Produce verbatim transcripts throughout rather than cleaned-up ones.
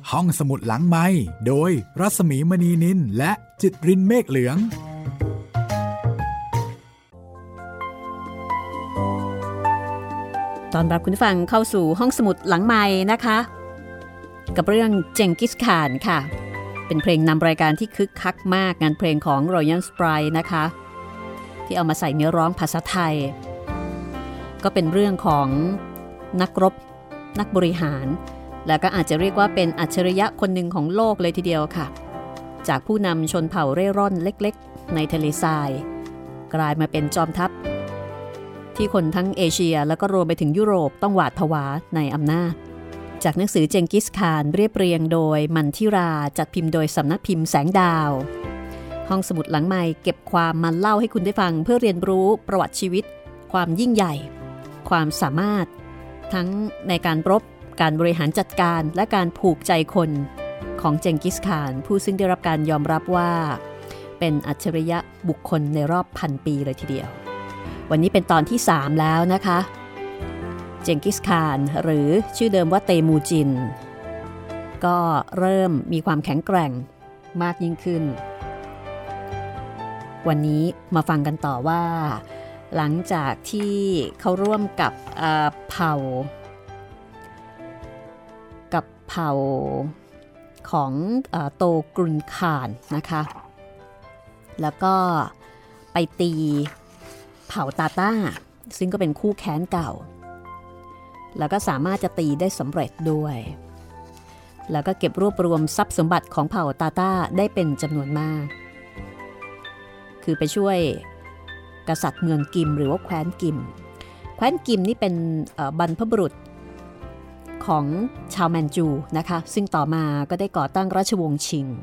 ห้องสมุดหลังไมค์โดยรัศมีมณีนินและจิตรินเมฆเหลืองตอนรับคุณฟังเข้าสู่ห้องสมุดหลังไมค์นะคะกับเรื่องเจงกิสข่านค่ะเป็นเพลงนำรายการที่คึกคักมากงานเพลงของ Royal Sprite นะคะที่เอามาใส่เนื้อร้องภาษาไทยก็เป็นเรื่องของนักรบนักบริหารและก็อาจจะเรียกว่าเป็นอัจฉริยะคนหนึ่งของโลกเลยทีเดียวค่ะจากผู้นำชนเผ่าเร่ร่อนเล็กๆในทะเลทรายกลายมาเป็นจอมทัพที่คนทั้งเอเชียแล้วก็รวมไปถึงยุโรปต้องหวาดผวาในอำนาจจากหนังสือเจงกิสข่านเรียบเรียงโดยมันทิราจัดพิมพ์โดยสำนักพิมพ์แสงดาวห้องสมุดหลังไมค์เก็บความมาเล่าให้คุณได้ฟังเพื่อเรียนรู้ประวัติชีวิตความยิ่งใหญ่ความสามารถทั้งในการรบการบริหารจัดการและการผูกใจคนของเจงกิสข่านผู้ซึ่งได้รับการยอมรับว่าเป็นอัจฉริยะบุคคลในรอบพันปีเลยทีเดียววันนี้เป็นตอนที่สามแล้วนะคะเจงกิสข่านหรือชื่อเดิมว่าเตมูจินก็เริ่มมีความแข็งแกร่งมากยิ่งขึ้นวันนี้มาฟังกันต่อว่าหลังจากที่เขาร่วมกับเผ่ากับเผ่าของโตกรุนข่านนะคะแล้วก็ไปตีเผ่าตาต้าซึ่งก็เป็นคู่แค้นเก่าแล้วก็สามารถจะตีได้สำเร็จด้วยแล้วก็เก็บรวบรวมทรัพย์สมบัติของเผ่าตาต้าได้เป็นจำนวนมากคือไปช่วยกษัตริย์เมืองกิมหรือว่าแคว้นกิมแคว้นกิมนี่เป็นบรรพบุรุษของชาวแมนจูนะคะซึ่งต่อมาก็ได้ก่อตั้งราชวงศ์ชิง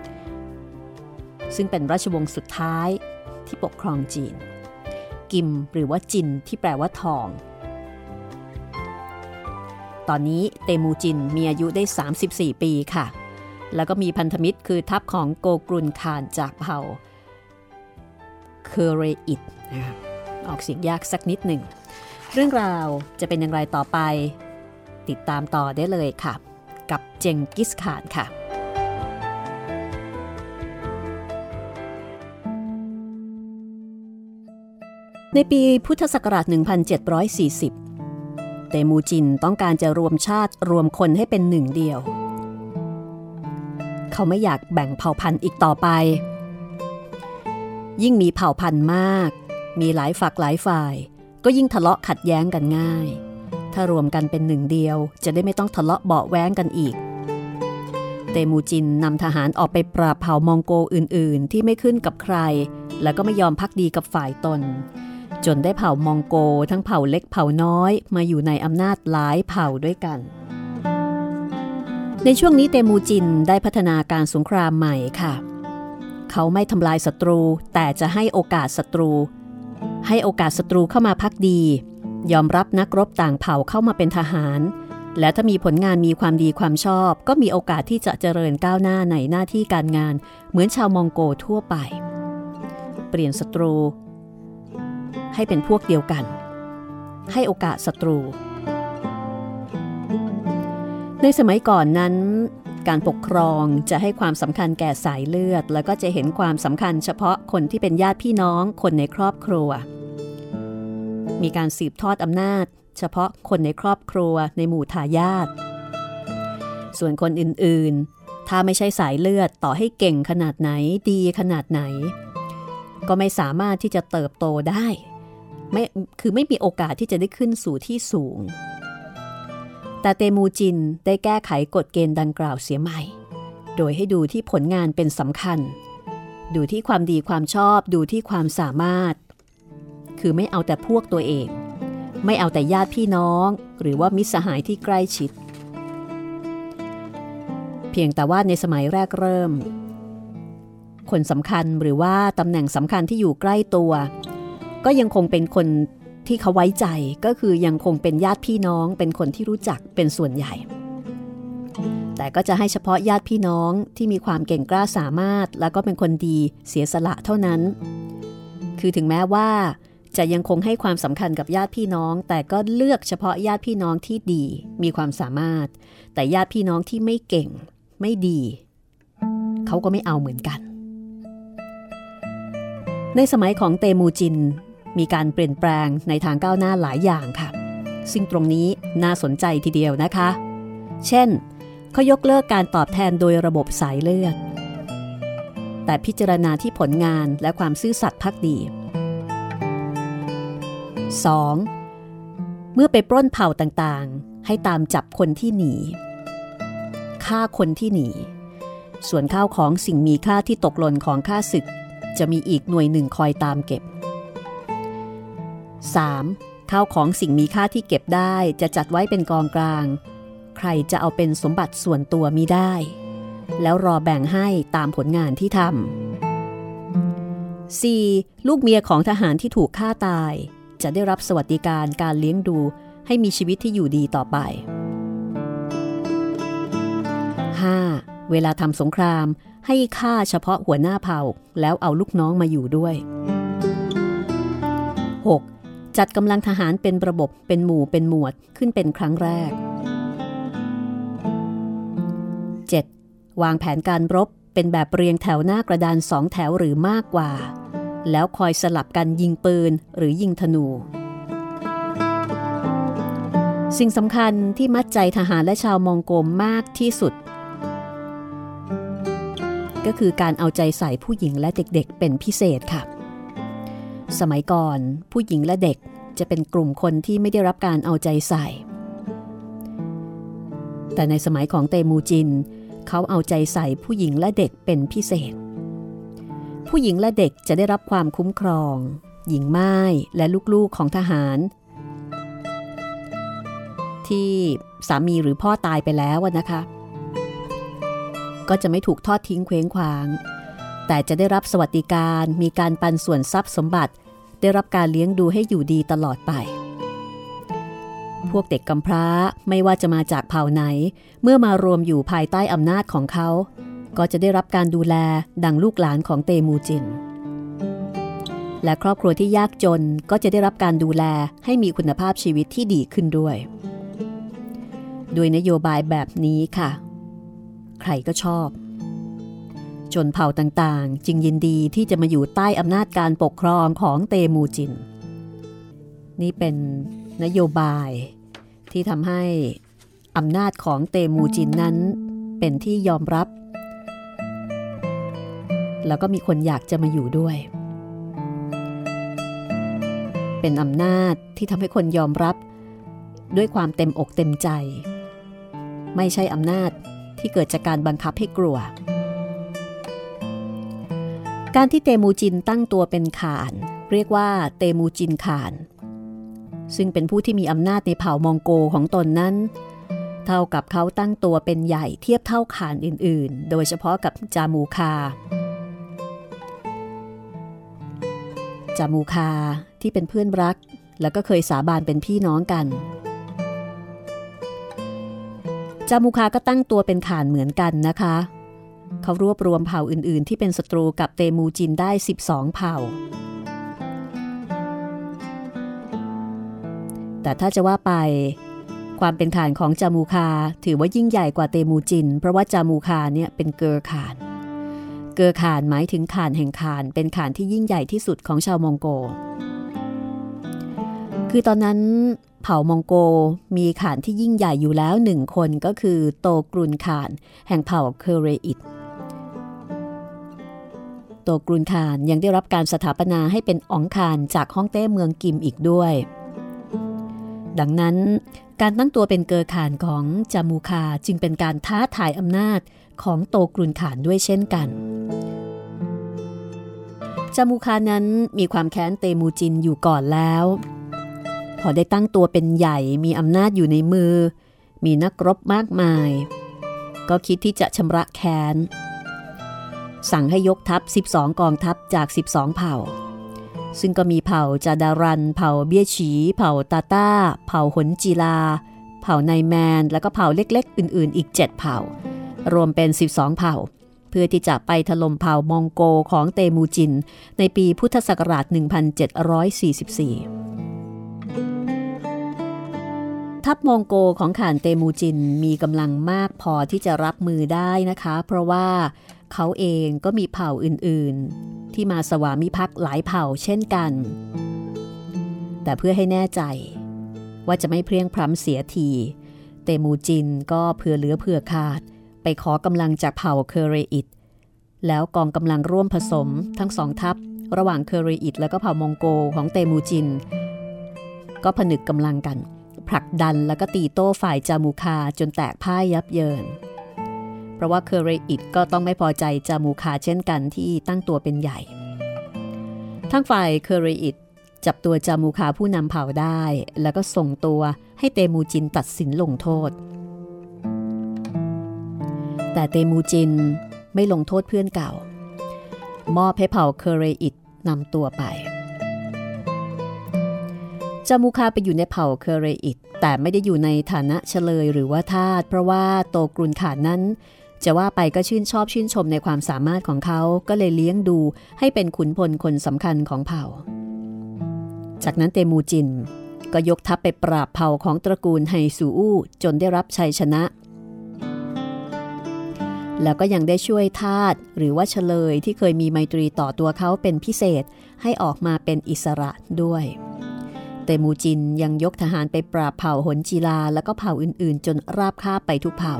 ซึ่งเป็นราชวงศ์สุดท้ายที่ปกครองจีนกิมหรือว่าจินที่แปลว่าทองตอนนี้เตมูจินมีอายุได้สามสิบสี่ปีค่ะแล้วก็มีพันธมิตรคือทัพของโกกรุนข่านจากเผ่าเคเรอิตนะคะออกเสียงยากสักนิดหนึ่งเรื่องราวจะเป็นอย่างไรต่อไปติดตามต่อได้เลยค่ะกับเจงกิสข่านค่ะในปีพุทธศักราชหนึ่งพันเจ็ดร้อยสี่สิบเตมูจินต้องการจะรวมชาติรวมคนให้เป็นหนึ่งเดียวเขาไม่อยากแบ่งเผ่าพันธุ์อีกต่อไปยิ่งมีเผ่าพันธุ์มากมีหลายฝักหลายฝ่ายก็ยิ่งทะเลาะขัดแย้งกันง่ายถ้ารวมกันเป็นหนึ่งเดียวจะได้ไม่ต้องทะเลาะเบาะแว้งกันอีกเตมูจินนำทหารออกไปปราบเผ่ามองโกอื่นๆที่ไม่ขึ้นกับใครแล้วก็ไม่ยอมพักดีกับฝ่ายตนจนได้เผ่ามองโกทั้งเผ่าเล็กเผ่าน้อยมาอยู่ในอำนาจหลายเผ่าด้วยกันในช่วงนี้เตมูจินได้พัฒนาการสงครามใหม่ค่ะเขาไม่ทำลายศัตรูแต่จะให้โอกาสศัตรูให้โอกาสศัตรูเข้ามาพักดียอมรับนักรบต่างเผ่าเข้ามาเป็นทหารและถ้ามีผลงานมีความดีความชอบก็มีโอกาสที่จะเจริญก้าวหน้าในหน้าที่การงานเหมือนชาวมองโกทั่วไปเปลี่ยนศัตรูให้เป็นพวกเดียวกันให้โอกาสศัตรูในสมัยก่อนนั้นการปกครองจะให้ความสำคัญแก่สายเลือดแล้วก็จะเห็นความสำคัญเฉพาะคนที่เป็นญาติพี่น้องคนในครอบครัวมีการสืบทอดอำนาจเฉพาะคนในครอบครัวในหมู่ทายาทส่วนคนอื่นๆถ้าไม่ใช่สายเลือดต่อให้เก่งขนาดไหนดีขนาดไหนก็ไม่สามารถที่จะเติบโตได้ไม่คือไม่มีโอกาสที่จะได้ขึ้นสู่ที่สูงแต่เตมูจินได้แก้ไขกฎเกณฑ์ดังกล่าวเสียใหม่โดยให้ดูที่ผลงานเป็นสำคัญดูที่ความดีความชอบดูที่ความสามารถคือไม่เอาแต่พวกตัวเองไม่เอาแต่ญาติพี่น้องหรือว่ามิตรสหายที่ใกล้ชิดเพียงแต่ว่าในสมัยแรกเริ่มคนสำคัญหรือว่าตำแหน่งสำคัญที่อยู่ใกล้ตัวก็ยังคงเป็นคนที่เขาไว้ใจก็คือยังคงเป็นญาติพี่น้องเป็นคนที่รู้จักเป็นส่วนใหญ่แต่ก็จะให้เฉพาะญาติพี่น้องที่มีความเก่งกล้าสามารถแล้วก็เป็นคนดีเสียสละเท่านั้นคือถึงแม้ว่าจะยังคงให้ความสำคัญกับญาติพี่น้องแต่ก็เลือกเฉพาะญาติพี่น้องที่ดีมีความสามารถแต่ญาติพี่น้องที่ไม่เก่งไม่ดีเขาก็ไม่เอาเหมือนกันในสมัยของเตมูจินมีการเปลี่ยนแปลงในทางก้าวหน้าหลายอย่างค่ะซึ่งตรงนี้น่าสนใจทีเดียวนะคะเช่นเขายกเลิกการตอบแทนโดยระบบสายเลือดแต่พิจารณาที่ผลงานและความซื่อสัตย์ภักดี สอง. เมื่อไปปล้นเผ่าต่างๆให้ตามจับคนที่หนีฆ่าคนที่หนีส่วนข้าวของสิ่งมีค่าที่ตกหล่นของข้าศึกจะมีอีกหน่วยหนึ่งคอยตามเก็บ สาม. ข้าวของสิ่งมีค่าที่เก็บได้จะจัดไว้เป็นกองกลางใครจะเอาเป็นสมบัติส่วนตัวมิได้แล้วรอแบ่งให้ตามผลงานที่ทำ สี่. ลูกเมียของทหารที่ถูกฆ่าตายจะได้รับสวัสดิการการเลี้ยงดูให้มีชีวิตที่อยู่ดีต่อไป ห้า. เวลาทำสงครามให้ฆ่าเฉพาะหัวหน้าเผ่าแล้วเอาลูกน้องมาอยู่ด้วย หก. จัดกำลังทหารเป็นระบบเป็นหมู่เป็นหมวดขึ้นเป็นครั้งแรก เจ็ด. วางแผนการรบเป็นแบบเรียงแถวหน้ากระดานสองแถวหรือมากกว่าแล้วคอยสลับกันยิงปืนหรือยิงธนูสิ่งสำคัญที่มัดใจทหารและชาวมองโกมากที่สุดก็คือการเอาใจใส่ผู้หญิงและเด็กๆเป็นพิเศษค่ะสมัยก่อนผู้หญิงและเด็กจะเป็นกลุ่มคนที่ไม่ได้รับการเอาใจใส่แต่ในสมัยของเตมูจินเขาเอาใจใส่ผู้หญิงและเด็กเป็นพิเศษผู้หญิงและเด็กจะได้รับความคุ้มครองหญิงม่ายและลูกๆของทหารที่สามีหรือพ่อตายไปแล้วนะคะก็จะไม่ถูกทอดทิ้งเคว้งคว้างแต่จะได้รับสวัสดิการมีการปันส่วนทรัพย์สมบัติได้รับการเลี้ยงดูให้อยู่ดีตลอดไปพวกเด็กกำพร้าไม่ว่าจะมาจากเผ่าไหนเมื่อมารวมอยู่ภายใต้อำนาจของเขาก็จะได้รับการดูแลดังลูกหลานของเตมูจินและครอบครัวที่ยากจนก็จะได้รับการดูแลให้มีคุณภาพชีวิตที่ดีขึ้นด้วยโดยนโยบายแบบนี้ค่ะใครก็ชอบชนเผ่าต่างๆจึงยินดีที่จะมาอยู่ใต้อำนาจการปกครองของเตมูจินนี่เป็นนโยบายที่ทำให้อำนาจของเตมูจินนั้นเป็นที่ยอมรับแล้วก็มีคนอยากจะมาอยู่ด้วยเป็นอำนาจที่ทำให้คนยอมรับด้วยความเต็มอกเต็มใจไม่ใช่อำนาจที่เกิดจากการบังคับให้กลัวการที่เตมูจินตั้งตัวเป็นข่านเรียกว่าเตมูจินข่านซึ่งเป็นผู้ที่มีอำนาจในเผ่ามองโกของตนนั้นเท่ากับเขาตั้งตัวเป็นใหญ่เทียบเท่าข่านอื่นๆโดยเฉพาะกับจามูคาจามูคาที่เป็นเพื่อนรักแล้วก็เคยสาบานเป็นพี่น้องกันจามูคาก็ตั้งตัวเป็นข่านเหมือนกันนะคะเขารวบรวมเผ่าอื่นๆที่เป็นศัตรูกับเตมูจินได้สิบสองเผ่าแต่ถ้าจะว่าไปความเป็นข่านของจามูคาถือว่ายิ่งใหญ่กว่าเตมูจินเพราะว่าจามูคาเนี่ยเป็นเกอร์ข่านเกอร์ข่านหมายถึงข่านแห่งข่านเป็นข่านที่ยิ่งใหญ่ที่สุดของชาวมองโกคือตอนนั้นเผ่ามองโกมีข่านที่ยิ่งใหญ่อยู่แล้วหนึ่งคนก็คือโตกรุนข่านแห่งเผ่าเคเรอิตโตกรุนข่านยังได้รับการสถาปนาให้เป็นอ๋องข่านจากฮ่องเต้เมืองกิมอีกด้วยดังนั้นการตั้งตัวเป็นเกอร์ข่านของจามูคาจึงเป็นการท้าทายอำนาจของโตกรุนข่านด้วยเช่นกันจามูคานั้นมีความแค้นเตมูจินอยู่ก่อนแล้วพอได้ตั้งตัวเป็นใหญ่มีอำนาจอยู่ในมือมีนักรบมากมายก็คิดที่จะชำระแค้นสั่งให้ยกทัพสิบสองกองทัพจากสิบสองเผ่าซึ่งก็มีเผ่าจาดารันเผ่าเบี้ยฉีเผ่าตาต้าเผ่าหนจีลาเผ่าไนแมนแล้วก็เผ่าเล็กๆอื่นๆอีกเจ็ดเผ่ารวมเป็นสิบสองเผ่าเพื่อที่จะไปถล่มเผ่ามองโกของเตมูจินในปีพุทธศักราช หนึ่งพันเจ็ดร้อยสี่สิบสี่ ทัพมองโกของข่านเตมูจินมีกำลังมากพอที่จะรับมือได้นะคะเพราะว่าเขาเองก็มีเผ่าอื่นๆที่มาสวามิภักดิ์หลายเผ่าเช่นกันแต่เพื่อให้แน่ใจว่าจะไม่เพลียงพล้ำเสียทีเตมูจินก็เผื่อเหลือเผื่อขาดไปขอกำลังจากเผ่าเคเรอิตแล้วกองกำลังร่วมผสมทั้งสองทัพระหว่างเคเรอิตและก็เผ่ามองโกของเตมูจินก็ผนึกกำลังกันผลักดันแล้วก็ตีโต้ฝ่ายจามูคาจนแตกพ่ายยับเยินเพราะว่าเคเรอิตก็ต้องไม่พอใจจามูคาเช่นกันที่ตั้งตัวเป็นใหญ่ทั้งฝ่ายเคเรอิตจับตัวจามูคาผู้นำเผ่าได้แล้วก็ส่งตัวให้เตมูจินตัดสินลงโทษแต่เตมูจินไม่ลงโทษเพื่อนเก่ามอบให้เผ่าเคเรอิตนำตัวไปจามูคาไปอยู่ในเผ่าเคเรอิตแต่ไม่ได้อยู่ในฐานะเฉลยหรือว่าทาสเพราะว่าโตกรุนข่านนั้นจะว่าไปก็ชื่นชอบชื่นชมในความสามารถของเขาก็เลยเลี้ยงดูให้เป็นขุนพลคนสำคัญของเผ่าจากนั้นเตมูจินก็ยกทัพไปปราบเผ่าของตระกูลไฮซูอู้จนได้รับชัยชนะแล้วก็ยังได้ช่วยทาสหรือว่าเฉลยที่เคยมีไมตรีต่อตัวเขาเป็นพิเศษให้ออกมาเป็นอิสระด้วยเตมูจินยังยกทหารไปปราบเผ่าหนจีลาแล้วก็เผ่าอื่นๆจนราบคาบไปทุกเผ่า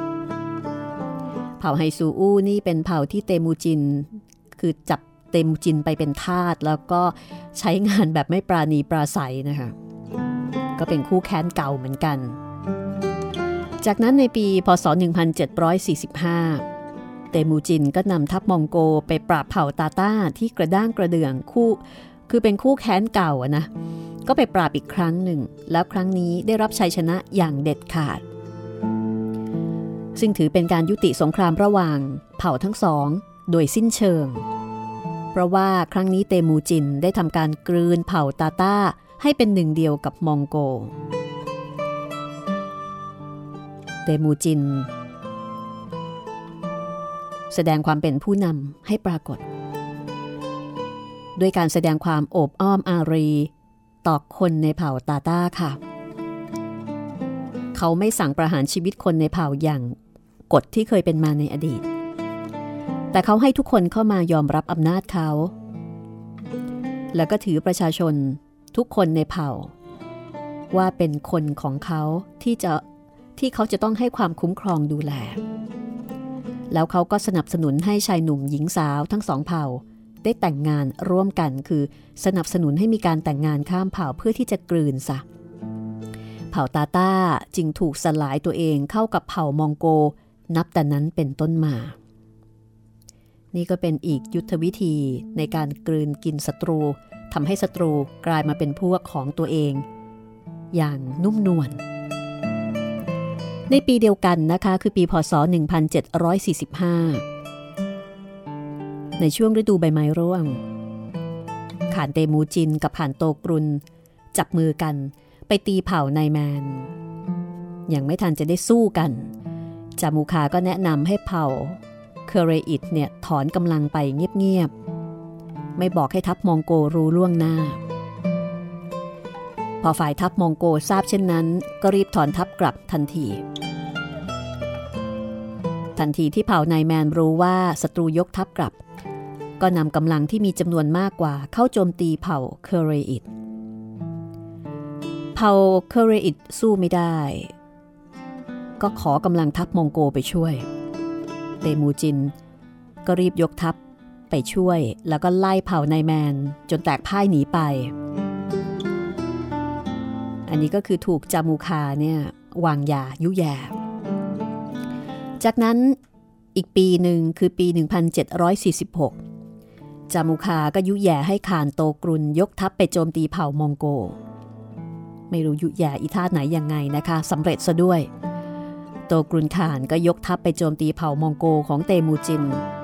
เผ่าไฮซูอู้นี่เป็นเผ่าที่เตมูจินคือจับเตมูจินไปเป็นทาสแล้วก็ใช้งานแบบไม่ปราณีปราศัยนะคะก็เป็นคู่แค้นเก่าเหมือนกันจากนั้นในปีพ.ศ. หนึ่งพันเจ็ดร้อยสี่สิบห้าเตมูจินก็นำทัพมองโกไปปราบเผ่าตาต้าที่กระด้างกระเดื่องคู่คือเป็นคู่แค้นเก่าอะนะก็ไปปราบอีกครั้งหนึ่งแล้วครั้งนี้ได้รับชัยชนะอย่างเด็ดขาดซึ่งถือเป็นการยุติสงครามระหว่างเผ่าทั้งสองโดยสิ้นเชิงเพราะว่าครั้งนี้เตมูจินได้ทำการกลืนเผ่าตาต้าให้เป็นหนึ่งเดียวกับมองโกเตมูจินแสดงความเป็นผู้นำให้ปรากฏด้วยการแสดงความโอบอ้อมอารีต่อคนในเผ่าตาต้าค่ะเขาไม่สั่งประหารชีวิตคนในเผ่าอย่างกฎที่เคยเป็นมาในอดีตแต่เขาให้ทุกคนเข้ามายอมรับอำนาจเขาแล้วก็ถือประชาชนทุกคนในเผ่าว่าเป็นคนของเขาที่จะที่เขาจะต้องให้ความคุ้มครองดูแลแล้วเขาก็สนับสนุนให้ชายหนุ่มหญิงสาวทั้งสองเผ่าได้แต่งงานร่วมกันคือสนับสนุนให้มีการแต่งงานข้ามเผ่าเพื่อที่จะกลืนซะเผ่าตาต้าจึงถูกสลายตัวเองเข้ากับเผ่ามองโกนับแต่นั้นเป็นต้นมานี่ก็เป็นอีกยุทธวิธีในการกลืนกินศัตรูทำให้ศัตรูกลายมาเป็นพวกของตัวเองอย่างนุ่มนวลในปีเดียวกันนะคะคือปีพ.ศ. หนึ่งพันเจ็ดร้อยสี่สิบห้าในช่วงฤดูใบไม้ร่วงข่านเตมูจินกับข่านโตกรุนจับมือกันไปตีเผ่าไนแมนยังไม่ทันจะได้สู้กันจามูคาก็แนะนำให้เผ่าเคเรอิตเนี่ยถอนกำลังไปเงียบๆไม่บอกให้ทัพมองโกรู้ล่วงหน้าพอฝ่ายทัพมองโกทราบเช่นนั้นก็รีบถอนทัพกลับทันทีทันทีที่เผ่าไนแมนรู้ว่าศัตรูยกทัพกลับก็นำกำลังที่มีจำนวนมากกว่าเข้าโจมตีเผ่าเคเรอิตเผ่าเคเรอิตสู้ไม่ได้ก็ขอกำลังทัพมองโกไปช่วยเตมูจินก็รีบยกทัพไปช่วยแล้วก็ไล่เผ่าไนแมนจนแตกพ่ายหนีไปอันนี้ก็คือถูกจามูคาเนี่ยวางยายุแย่จากนั้นอีกปีหนึ่งคือปีหนึ่งพันเจ็ดร้อยสี่สิบหกจามูคาก็ยุแย่ให้ข่านโตกรุนยกทัพไปโจมตีเผ่ามองโกไม่รู้ยุแย่อีท่าไหนยังไงนะคะสำเร็จซะด้วยโตกรุนข่านก็ยกทัพไปโจมตีเผ่ามองโกของเตมูจิน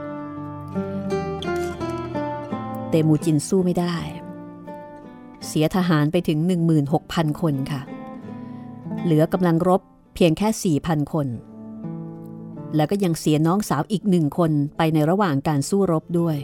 เตมูจินสู้ไม่ได้เสียทหารไปถึง หนึ่งหมื่นหกพัน คนค่ะเหลือกำลังรบเพียงแค่ สี่พัน คนแล้วก็ยังเสียน้องสาวอีกหนึ่งคนไปในระหว่างการสู้รบด้วย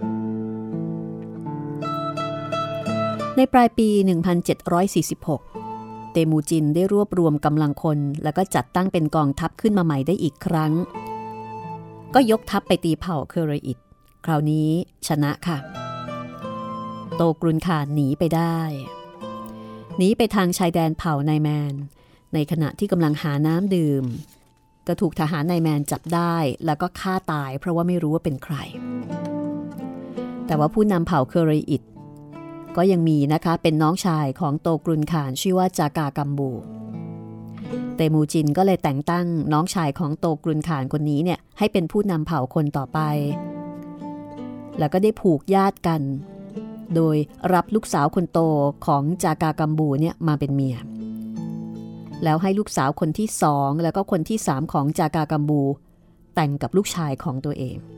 ในปลายปี หนึ่งพันเจ็ดร้อยสี่สิบหก เตมูจินได้รวบรวมกำลังคนแล้วก็จัดตั้งเป็นกองทัพขึ้นมาใหม่ได้อีกครั้งก็ยกทัพไปตีเผ่าเคอร์อิตคราวนี้ชนะค่ะโตกรุนข่านหนีไปได้หนีไปทางชายแดนเผ่าไนแมนในขณะที่กำลังหาน้ำดื่มก็ถูกทหารไนแมนจับได้แล้วก็ฆ่าตายเพราะว่าไม่รู้ว่าเป็นใครแต่ว่าผู้นำเผ่าเคอร์อิตก็ยังมีนะคะเป็นน้องชายของโตกรุนข่านชื่อว่าจากากัมบูเตมูจินก็เลยแต่งตั้งน้องชายของโตกรุนข่านคนนี้เนี่ยให้เป็นผู้นำเผ่าคนต่อไปแล้วก็ได้ผูกญาติกันโดยรับลูกสาวคนโตของจากากัมบูเนี่ยมาเป็นเมียแล้วให้ลูกสาวคนที่สองแล้วก็คนที่สามของจากากัมบูแต่งกับลูกชายของตัวเอง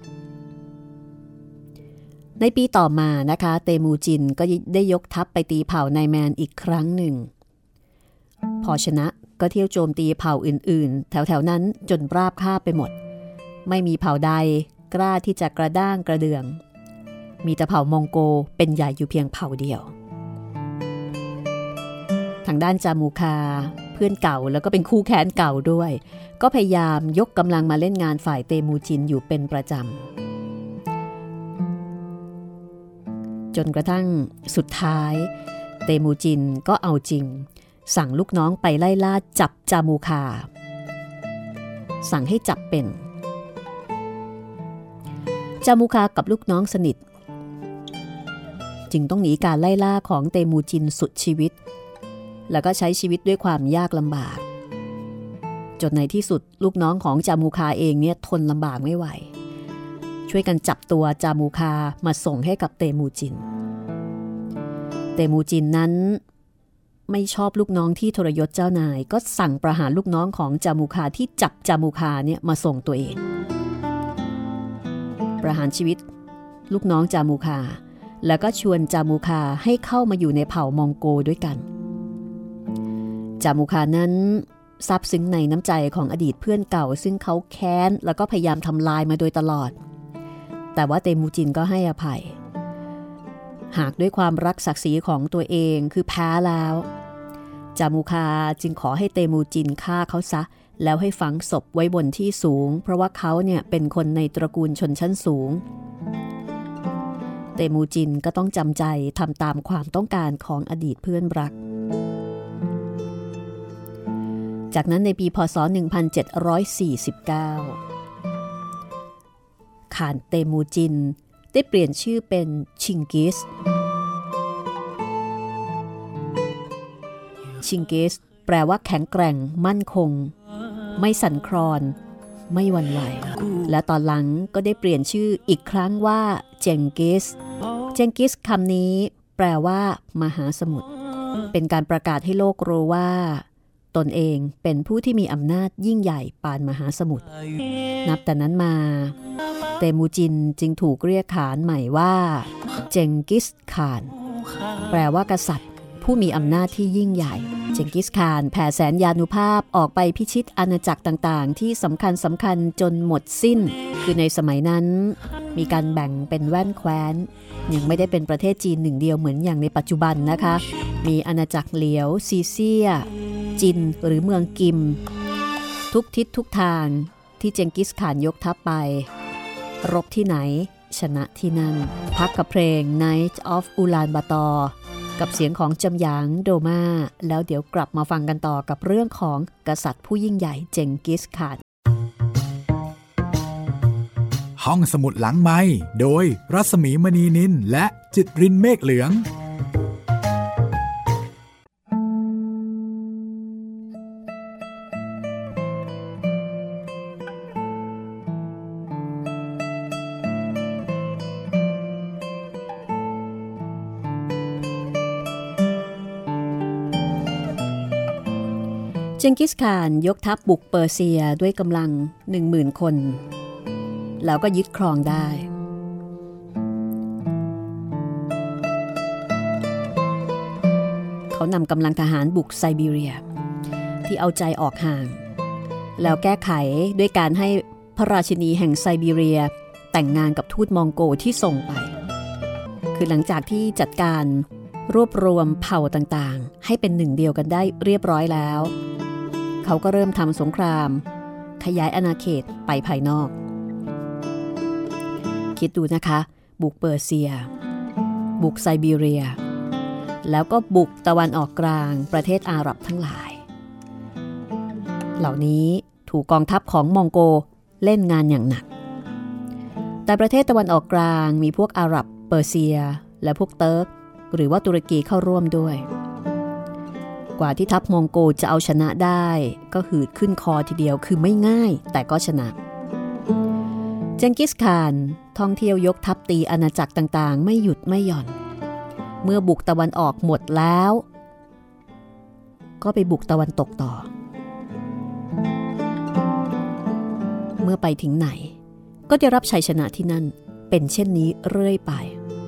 ในปีต่อมานะคะเตมูจินก็ได้ยกทัพไปตีเผ่าไนแมนอีกครั้งหนึ่งพอชนะก็เที่ยวโจมตีเผ่าอื่นๆแถวๆนั้นจนราบคาบไปหมดไม่มีเผ่าใดกล้าที่จะกระด้างกระเดืองมีแต่เผ่ามองโกเป็นใหญ่อยู่เพียงเผ่าเดียวทางด้านจามูคาเพื่อนเก่าแล้วก็เป็นคู่แค้นเก่าด้วยก็พยายามยกกำลังมาเล่นงานฝ่ายเตมูจินอยู่เป็นประจำจนกระทั่งสุดท้ายเตมูจินก็เอาจริงสั่งลูกน้องไปไล่ล่าจับจามูคาสั่งให้จับเป็นจามูคากับลูกน้องสนิทจึงต้องหนีการไล่ล่าของเตมูจินสุดชีวิตแล้วก็ใช้ชีวิตด้วยความยากลำบากจนในที่สุดลูกน้องของจามูคาเองเนี่ยทนลำบากไม่ไหวช่วยกันจับตัวจามูคามาส่งให้กับเตมูจินเตมูจินนั้นไม่ชอบลูกน้องที่ทรยศเจ้านายก็สั่งประหารลูกน้องของจามูคาที่จับจามูคาเนี่ยมาส่งตัวเองประหารชีวิตลูกน้องจามูคาแล้วก็ชวนจามูคาให้เข้ามาอยู่ในเผ่ามองโกด้วยกันจามูคานั้นซาบซึ้งในน้ำใจของอดีตเพื่อนเก่าซึ่งเขาแค้นแล้วก็พยายามทำลายมาโดยตลอดแต่ว่าเตมูจินก็ให้อภัยหากด้วยความรักศักดิ์ศรีของตัวเองคือแพ้แล้วจามูคาจึงขอให้เตมูจินฆ่าเขาซะแล้วให้ฝังศพไว้บนที่สูงเพราะว่าเขาเนี่ยเป็นคนในตระกูลชนชั้นสูงเตมูจินก็ต้องจำใจทำตามความต้องการของอดีตเพื่อนรักจากนั้นในปีพ.ศ. หนึ่งพันเจ็ดร้อยสี่สิบเก้าข่านเตมูจินได้เปลี่ยนชื่อเป็นชิงกิสชิงกิสแปลว่าแข็งแกร่งมั่นคงไม่สั่นคลอนไม่หวั่นไหวและตอนหลังก็ได้เปลี่ยนชื่ออีกครั้งว่าเจงกิสเจงกิสคำนี้แปลว่ามหาสมุทรเป็นการประกาศให้โลกรู้ว่าตนเองเป็นผู้ที่มีอำนาจยิ่งใหญ่ปานมหาสมุทรนับแต่นั้นมาเตมูจินจึงถูกเรียกขานใหม่ว่าเจงกิสข่านแปลว่ากษัตริย์ผู้มีอำนาจที่ยิ่งใหญ่เจงกิสข่านแผ่แสนยานุภาพออกไปพิชิตอาณาจักรต่างๆที่สำคัญสำคัญจนหมดสิ้นคือในสมัยนั้นมีการแบ่งเป็นแว่นแคว้นยังไม่ได้เป็นประเทศจีนหนึ่งเดียวเหมือนอย่างในปัจจุบันนะคะมีอาณาจักรเหลียวซีเซียจินหรือเมืองกิมทุกทิศทุกทางที่เจงกิสข่านยกทัพไปรบที่ไหนชนะที่นั่นพักกับเพลง Night of Ulaanbaatar กับเสียงของจำหยางโดมาแล้วเดี๋ยวกลับมาฟังกันต่อกับเรื่องของกษัตริย์ผู้ยิ่งใหญ่เจงกิสข่านห้องสมุดหลังไมค์โดยรัศมีมณีนินและจิตรินเมฆเหลืองเจงกิสข่านยกทัพบุกเปอร์เซียด้วยกำลัง หนึ่งหมื่น คนแล้วก็ยึดครองได้เขานำกำลังทหารบุกไซบีเรียที่เอาใจออกห่างแล้วแก้ไขด้วยการให้พระราชินีแห่งไซบีเรียแต่งงานกับทูตมองโกที่ส่งไปคือหลังจากที่จัดการรวบรวมเผ่าต่างๆให้เป็นหนึ่งเดียวกันได้เรียบร้อยแล้วเขาก็เริ่มทำสงครามขยายอาณาเขตไปภายนอกคิดดูนะคะบุกเปอร์เซียบุกไซบีเรียแล้วก็บุกตะวันออกกลางประเทศอาหรับทั้งหลายเหล่านี้ถูกกองทัพของมองโกเล่นงานอย่างหนักแต่ประเทศตะวันออกกลางมีพวกอาหรับเปอร์เซียและพวกเติร์กหรือว่าตุรกีเข้าร่วมด้วยกว่าที่ทัพมองโกจะเอาชนะได้ก็หืดขึ้นคอทีเดียวคือไม่ง่ายแต่ก็ชนะเจงกิสข่านท่องเที่ยวยกทัพตีอาณาจักรต่างๆไม่หยุดไม่หย่อนเมื่อบุกตะวันออกหมดแล้วก็ไปบุกตะวันตกต่อเมื่อไปถึงไหนก็ได้รับชัยชนะที่นั่นเป็นเช่นนี้เรื่อยไป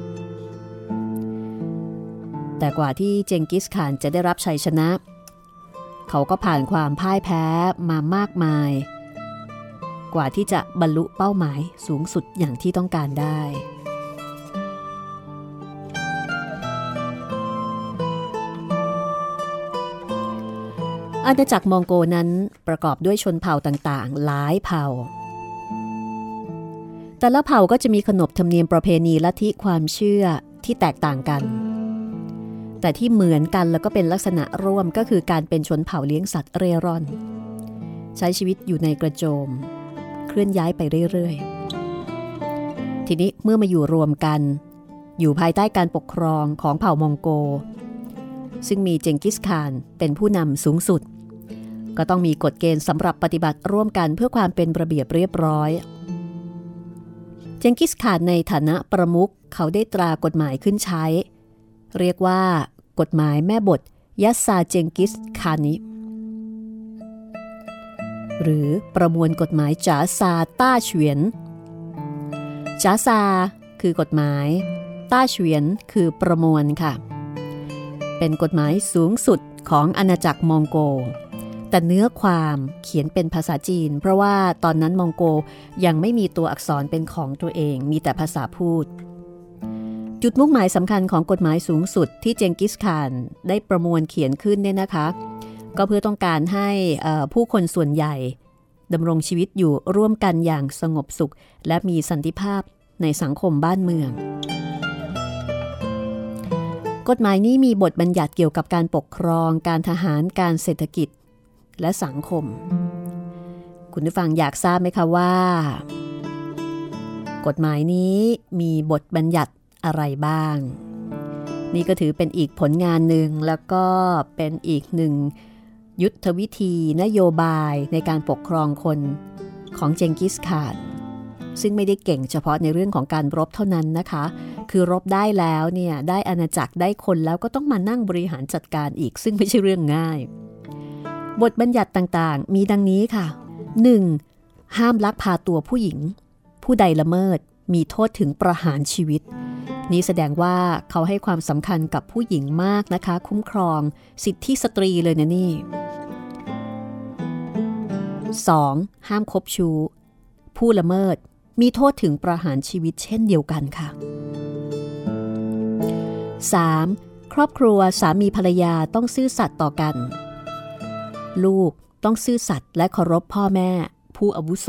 แต่กว่าที่เจงกิสข่านจะได้รับชัยชนะเขาก็ผ่านความพ่ายแพ้มามากมายกว่าที่จะบรรลุเป้าหมายสูงสุดอย่างที่ต้องการได้อาณาจักรมองโกนั้นประกอบด้วยชนเผ่าต่างๆหลายเผ่าแต่ละเผ่าก็จะมีขนบธรรมเนียมประเพณีลัทธิความเชื่อที่แตกต่างกันแต่ที่เหมือนกันแล้วก็เป็นลักษณะร่วมก็คือการเป็นชนเผ่าเลี้ยงสัตว์เร่ร่อนใช้ชีวิตอยู่ในกระโจมเคลื่อนย้ายไปเรื่อยๆทีนี้เมื่อมาอยู่รวมกันอยู่ภายใต้การปกครองของเผ่ามองโกซึ่งมีเจงกิสข่านเป็นผู้นำสูงสุดก็ต้องมีกฎเกณฑ์สำหรับปฏิบัติร่วมกันเพื่อความเป็นระเบียบเรียบร้อยเจงกิสข่านในฐานะประมุขเขาได้ตรากฎหมายขึ้นใช้เรียกว่ากฎหมายแม่บทยัสซาเจงกิสคานิหรือประมวลกฎหมายจ๋าซาต้าเฉวียนจ๋าซาคือกฎหมายต้าเฉวียนคือประมวลค่ะเป็นกฎหมายสูงสุดของอาณาจักรมองโกแต่เนื้อความเขียนเป็นภาษาจีนเพราะว่าตอนนั้นมองโกยังไม่มีตัวอักษรเป็นของตัวเองมีแต่ภาษาพูดจุดมุ่งหมายสำคัญของกฎหมายสูงสุดที่เจงกิสข่านได้ประมวลเขียนขึ้นเนี่ยนะคะก็เพื่อต้องการให้ผู้คนส่วนใหญ่ดำรงชีวิตอยู่ร่วมกันอย่างสงบสุขและมีสันติภาพในสังคมบ้านเมืองกฎหมายนี้มีบทบัญญัติเกี่ยวกับการปกครองการทหารการเศรษฐกิจและสังคมคุณผู้ฟังอยากทราบไหมคะว่ากฎหมายนี้มีบทบัญญัติอะไรบ้างนี่ก็ถือเป็นอีกผลงานหนึ่งแล้วก็เป็นอีกหนึ่งยุทธวิธีนโยบายในการปกครองคนของเจงกิสข่านซึ่งไม่ได้เก่งเฉพาะในเรื่องของการรบเท่านั้นนะคะคือรบได้แล้วเนี่ยได้อาณาจักรได้คนแล้วก็ต้องมานั่งบริหารจัดการอีกซึ่งไม่ใช่เรื่องง่ายบทบัญญัติต่างๆมีดังนี้ค่ะ หนึ่ง. ห้ามลักพาตัวผู้หญิงผู้ใดละเมิดมีโทษถึงประหารชีวิตนี้แสดงว่าเขาให้ความสำคัญกับผู้หญิงมากนะคะคุ้มครองสิทธิสตรีเลยนะนี่ สอง. ห้ามคบชู้ผู้ละเมิดมีโทษถึงประหารชีวิตเช่นเดียวกันค่ะ สาม. ครอบครัวสามีภรรยาต้องซื่อสัตย์ต่อกันลูกต้องซื่อสัตย์และเคารพพ่อแม่ผู้อาวุโส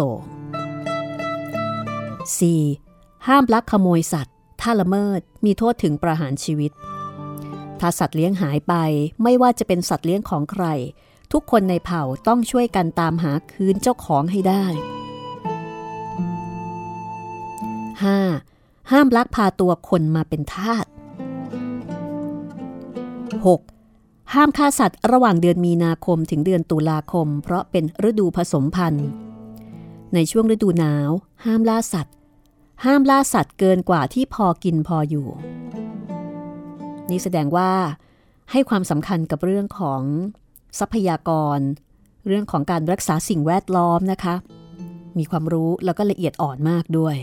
สี่. ห้ามลักขโมยสัตว์ถ้าละเมิดมีโทษถึงประหารชีวิตถ้าสัตว์เลี้ยงหายไปไม่ว่าจะเป็นสัตว์เลี้ยงของใครทุกคนในเผ่าต้องช่วยกันตามหาคืนเจ้าของให้ได้ ห้า. ห้ามลักพาตัวคนมาเป็นทาส หก. ห้ามฆ่าสัตว์ระหว่างเดือนมีนาคมถึงเดือนตุลาคมเพราะเป็นฤดูผสมพันธุ์ในช่วงฤดูหนาวห้ามล่าสัตว์ห้ามล่าสัตว์เกินกว่าที่พอกินพออยู่นี่แสดงว่าให้ความสำคัญกับเรื่องของทรัพยากรเรื่องของการรักษาสิ่งแวดล้อมนะคะมีความรู้แล้วก็ละเอียดอ่อนมากด้วย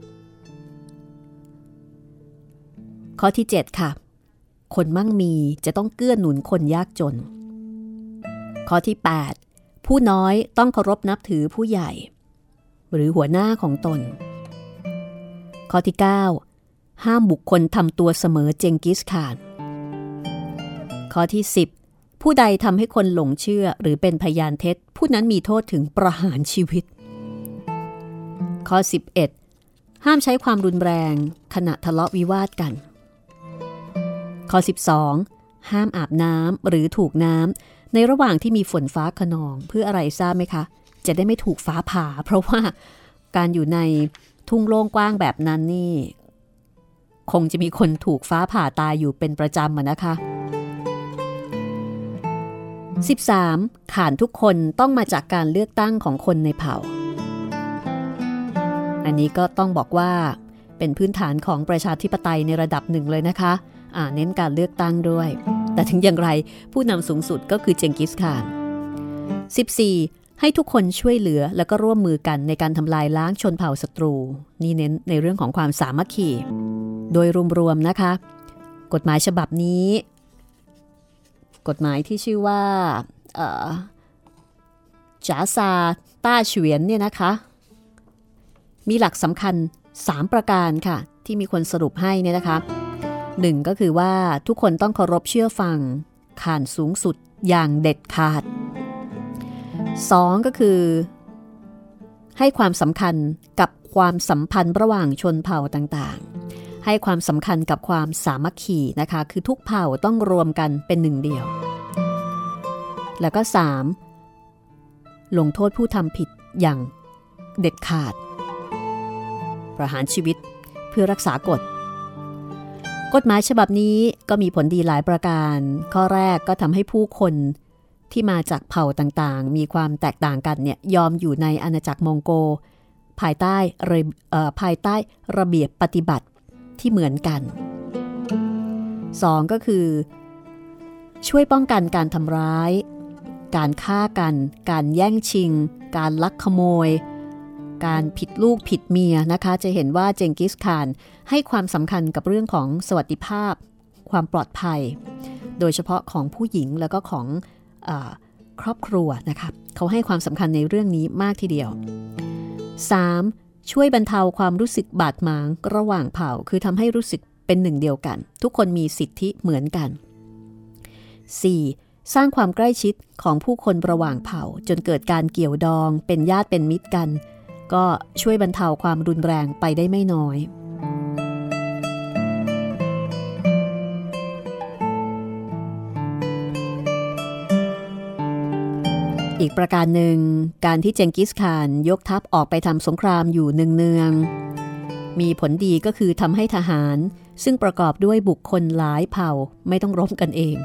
ข้อที่เจ็ดค่ะคนมั่งมีจะต้องเกื้อหนุนคนยากจนข้อที่แปดผู้น้อยต้องเคารพนับถือผู้ใหญ่หรือหัวหน้าของตนข้อที่เก้าห้ามบุคคลทำตัวเสมอเจงกิสข่านข้อที่สิบผู้ใดทำให้คนหลงเชื่อหรือเป็นพยานเท็จผู้นั้นมีโทษถึงประหารชีวิตข้อสิบเอ็ดห้ามใช้ความรุนแรงขณะทะเลาะวิวาทกันข้อสิบสองห้ามอาบน้ำหรือถูกน้ำในระหว่างที่มีฝนฟ้าคะนองเพื่ออะไรทราบไหมคะจะได้ไม่ถูกฟ้าผ่าเพราะว่าการอยู่ในทุ่งโล่งกว้างแบบนั้นนี่คงจะมีคนถูกฟ้าผ่าตายอยู่เป็นประจำนะคะสิบสามข่านทุกคนต้องมาจากการเลือกตั้งของคนในเผ่าอันนี้ก็ต้องบอกว่าเป็นพื้นฐานของประชาธิปไตยในระดับหนึ่งเลยนะคะอ่าเน้นการเลือกตั้งด้วยแต่ถึงอย่างไรผู้นำสูงสุดก็คือเจงกิสข่านสิบสี่ให้ทุกคนช่วยเหลือแล้วก็ร่วมมือกันในการทำลายล้างชนเผ่าศัตรูนี่เน้นในเรื่องของความสามัคคีโดยรวมๆนะคะกฎหมายฉบับนี้กฎหมายที่ชื่อว่าจ๋าซาต้าเฉวียนเนี่ยนะคะมีหลักสำคัญสามประการค่ะที่มีคนสรุปให้เนี่ยนะคะหนึ่งก็คือว่าทุกคนต้องเคารพเชื่อฟังข่านสูงสุดอย่างเด็ดขาดสองก็คือให้ความสำคัญกับความสัมพันธ์ระหว่างชนเผ่าต่างๆให้ความสำคัญกับความสามัคคีนะคะคือทุกเผ่าต้องรวมกันเป็นหนึ่งเดียวแล้วก็สามลงโทษผู้ทำผิดอย่างเด็ดขาดประหารชีวิตเพื่อรักษากฎกฎหมายฉบับนี้ก็มีผลดีหลายประการข้อแรกก็ทำให้ผู้คนที่มาจากเผ่าต่างๆมีความแตกต่างกันเนี่ยยอมอยู่ในอาณาจักรมองโกภายใต้ภายใต้ระเบียบปฏิบัติที่เหมือนกันสองก็คือช่วยป้องกันการทำร้ายการฆ่ากันการแย่งชิงการลักขโมยการผิดลูกผิดเมียนะคะจะเห็นว่าเจงกิสข่านให้ความสำคัญกับเรื่องของสวัสดิภาพความปลอดภัยโดยเฉพาะของผู้หญิงแล้วก็ของเอ่อครอบครัวนะคะเขาให้ความสำคัญในเรื่องนี้มากทีเดียว สาม. ช่วยบรรเทาความรู้สึกบาดหมางระหว่างเผ่าคือทำให้รู้สึกเป็นหนึ่งเดียวกันทุกคนมีสิทธิเหมือนกัน สี่. สร้างความใกล้ชิดของผู้คนระหว่างเผ่าจนเกิดการเกี่ยวดองเป็นญาติเป็นมิตรกันก็ช่วยบรรเทาความรุนแรงไปได้ไม่น้อยอีกประการหนึ่งการที่เจงกิสข่านยกทัพออกไปทำสงครามอยู่เนืองๆมีผลดีก็คือทำให้ทหารซึ่งประกอบด้วยบุคคลหลายเผ่าไม่ต้องรบกันเอง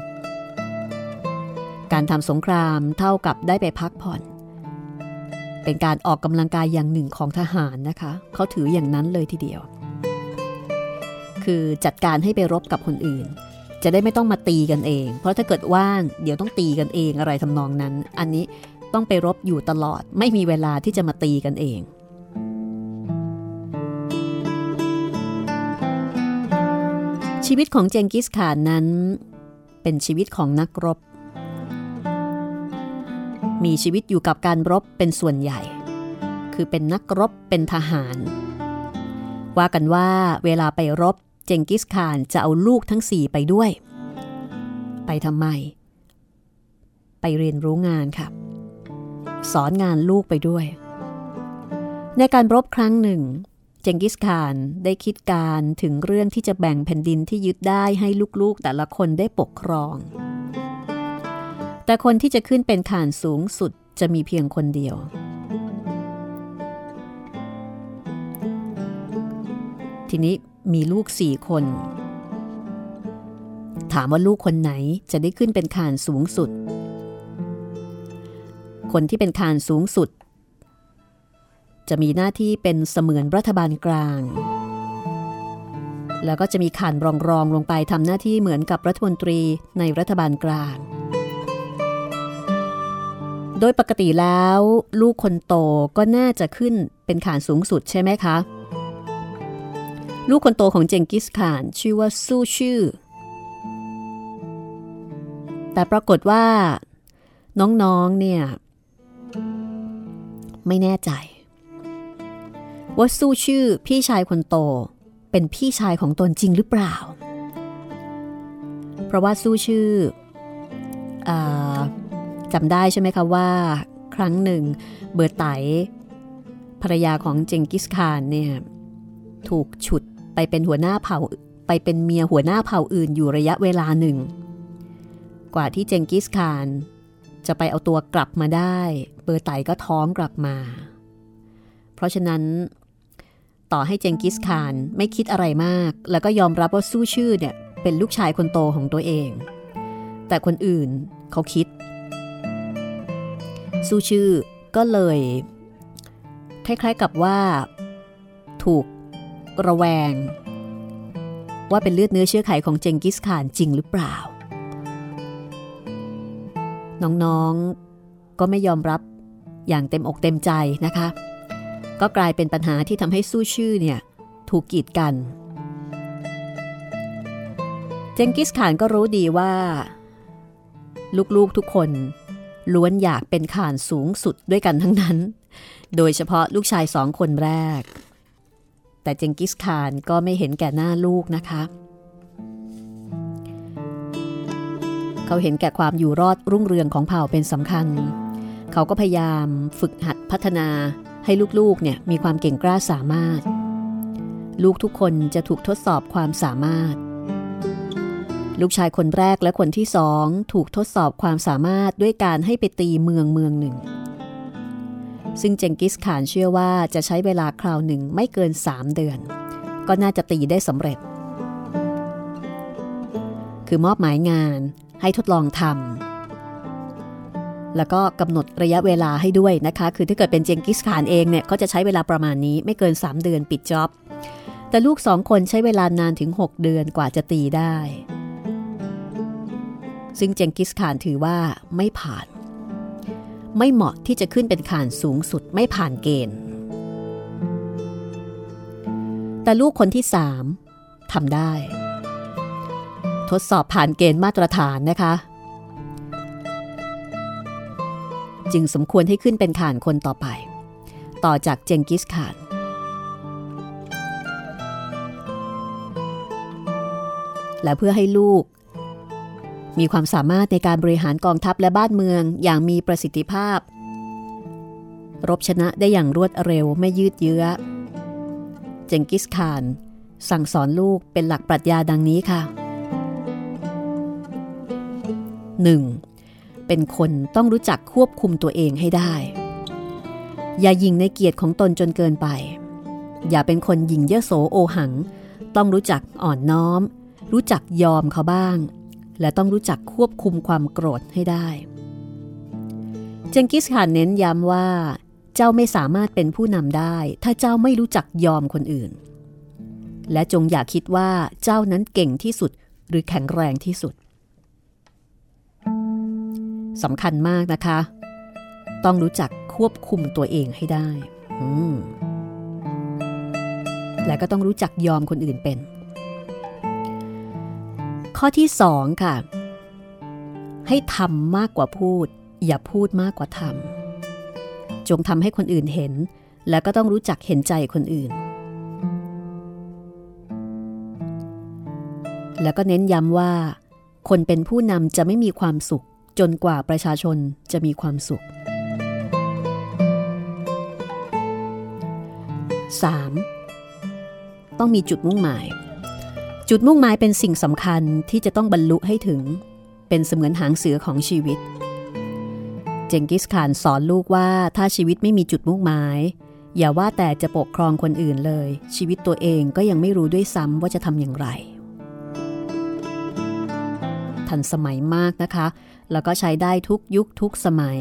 การทำสงครามเท่ากับได้ไปพักผ่อนเป็นการออกกำลังกายอย่างหนึ่งของทหารนะคะเขาถืออย่างนั้นเลยทีเดียวคือจัดการให้ไปรบกับคนอื่นจะได้ไม่ต้องมาตีกันเองเพราะถ้าเกิดว่างเดี๋ยวต้องตีกันเองอะไรทำนองนั้นอันนี้ต้องไปรบอยู่ตลอดไม่มีเวลาที่จะมาตีกันเองชีวิตของเจงกิสข่านนั้นเป็นชีวิตของนักรบมีชีวิตอยู่กับการรบเป็นส่วนใหญ่คือเป็นนักรบเป็นทหารว่ากันว่าเวลาไปรบเจงกิสข่านจะเอาลูกทั้งสี่ไปด้วยไปทำไมไปเรียนรู้งานค่ะสอนงานลูกไปด้วยในการรบครั้งหนึ่งเจงกิสข่านได้คิดการถึงเรื่องที่จะแบ่งแผ่นดินที่ยึดได้ให้ลูกๆแต่ละคนได้ปกครองแต่คนที่จะขึ้นเป็นข่านสูงสุดจะมีเพียงคนเดียวทีนี้มีลูกสี่คนถามว่าลูกคนไหนจะได้ขึ้นเป็นข่านสูงสุดคนที่เป็นข่านสูงสุดจะมีหน้าที่เป็นเสมือนรัฐบาลกลางแล้วก็จะมีข่านรองๆลงไปทำหน้าที่เหมือนกับรัฐมนตรีในรัฐบาลกลางโดยปกติแล้วลูกคนโตก็น่าจะขึ้นเป็นข่านสูงสุดใช่ไหมคะลูกคนโตของเจงกิสข่านชื่อว่าสู้ชื่อแต่ปรากฏว่าน้องๆเนี่ยไม่แน่ใจว่าสู้ชื่อพี่ชายคนโตเป็นพี่ชายของตนจริงหรือเปล่าเพราะว่าสู้ชื่อจำได้ใช่ไหมคะว่าครั้งหนึ่งเบอร์ไตภรรยาของเจงกิสข่านเนี่ยถูกฉุดไปเป็นหัวหน้าเผ่าไปเป็นเมียหัวหน้าเผ่าอื่นอยู่ระยะเวลาหนึ่งกว่าที่เจงกิสข่านจะไปเอาตัวกลับมาได้เบอร์ไตก็ท้องกลับมาเพราะฉะนั้นต่อให้เจงกิสข่านไม่คิดอะไรมากแล้วก็ยอมรับว่าสู้ชื่อเนี่ยเป็นลูกชายคนโตของตัวเองแต่คนอื่นเขาคิดสู้ชื่อก็เลยคล้ายๆกับว่าถูกระแวงว่าเป็นเลือดเนื้อเชื้อไขของเจงกิสข่านจริงหรือเปล่าน้องๆก็ไม่ยอมรับอย่างเต็มอกเต็มใจนะคะก็กลายเป็นปัญหาที่ทำให้สู้ชื่อเนี่ยถูกกีดกันเจงกิสข่านก็รู้ดีว่าลูกๆทุกคนล้วนอยากเป็นข่านสูงสุดด้วยกันทั้งนั้นโดยเฉพาะลูกชายสองคนแรกแต่เจงกิสข่านก็ไม่เห็นแก่หน้าลูกนะคะเขาเห็นแก่ความอยู่รอดรุ่งเรืองของเผ่าเป็นสำคัญเขาก็พยายามฝึกหัดพัฒนาให้ลูกๆเนี่ยมีความเก่งกล้าสามารถลูกทุกคนจะถูกทดสอบความสามารถลูกชายคนแรกและคนที่สองถูกทดสอบความสามารถด้วยการให้ไปตีเมืองเมืองหนึ่งซึ่งเจงกิสข่านเชื่อว่าจะใช้เวลาคราวหนึ่งไม่เกินสามเดือนก็น่าจะตีได้สำเร็จคือมอบหมายงานให้ทดลองทำแล้วก็กำหนดระยะเวลาให้ด้วยนะคะคือถ้าเกิดเป็นเจงกิสข่านเองเนี่ยก็จะใช้เวลาประมาณนี้ไม่เกินสามเดือนปิดจ็อบแต่ลูกสองคนใช้เวลานานถึงหกเดือนกว่าจะตีได้ซึ่งเจงกิสข่านถือว่าไม่ผ่านไม่เหมาะที่จะขึ้นเป็นข่านสูงสุดไม่ผ่านเกณฑ์แต่ลูกคนที่สามทำได้ทดสอบผ่านเกณฑ์มาตรฐานนะคะจึงสมควรให้ขึ้นเป็นข่านคนต่อไปต่อจากเจงกิสข่านและเพื่อให้ลูกมีความสามารถในการบริหารกองทัพและบ้านเมืองอย่างมีประสิทธิภาพรบชนะได้อย่างรวดเร็วไม่ยืดเยื้อเจงกิสข่านสั่งสอนลูกเป็นหลักปรัชญาดังนี้ค่ะ หนึ่ง. เป็นคนต้องรู้จักควบคุมตัวเองให้ได้อย่าหยิ่งในเกียรติของตนจนเกินไปอย่าเป็นคนหยิ่งเย่อโสโอหังต้องรู้จักอ่อนน้อมรู้จักยอมเขาบ้างและต้องรู้จักควบคุมความโกรธให้ได้เจงกิสข่านเน้นย้ำว่าเจ้าไม่สามารถเป็นผู้นำได้ถ้าเจ้าไม่รู้จักยอมคนอื่นและจงอย่าคิดว่าเจ้านั้นเก่งที่สุดหรือแข็งแรงที่สุดสำคัญมากนะคะต้องรู้จักควบคุมตัวเองให้ได้และก็ต้องรู้จักยอมคนอื่นเป็นข้อที่สองค่ะให้ทำมากกว่าพูดอย่าพูดมากกว่าทำจงทำให้คนอื่นเห็นและก็ต้องรู้จักเห็นใจคนอื่นแล้วก็เน้นย้ำว่าคนเป็นผู้นำจะไม่มีความสุขจนกว่าประชาชนจะมีความสุข สาม. ต้องมีจุดมุ่งหมายจุดมุ่งหมายเป็นสิ่งสำคัญที่จะต้องบรรลุให้ถึงเป็นเสมือนหางเสือของชีวิตเจงกิสข่านสอนลูกว่าถ้าชีวิตไม่มีจุดมุ่งหมายอย่าว่าแต่จะปกครองคนอื่นเลยชีวิตตัวเองก็ยังไม่รู้ด้วยซ้ำว่าจะทำอย่างไรทันสมัยมากนะคะแล้วก็ใช้ได้ทุกยุคทุกสมัย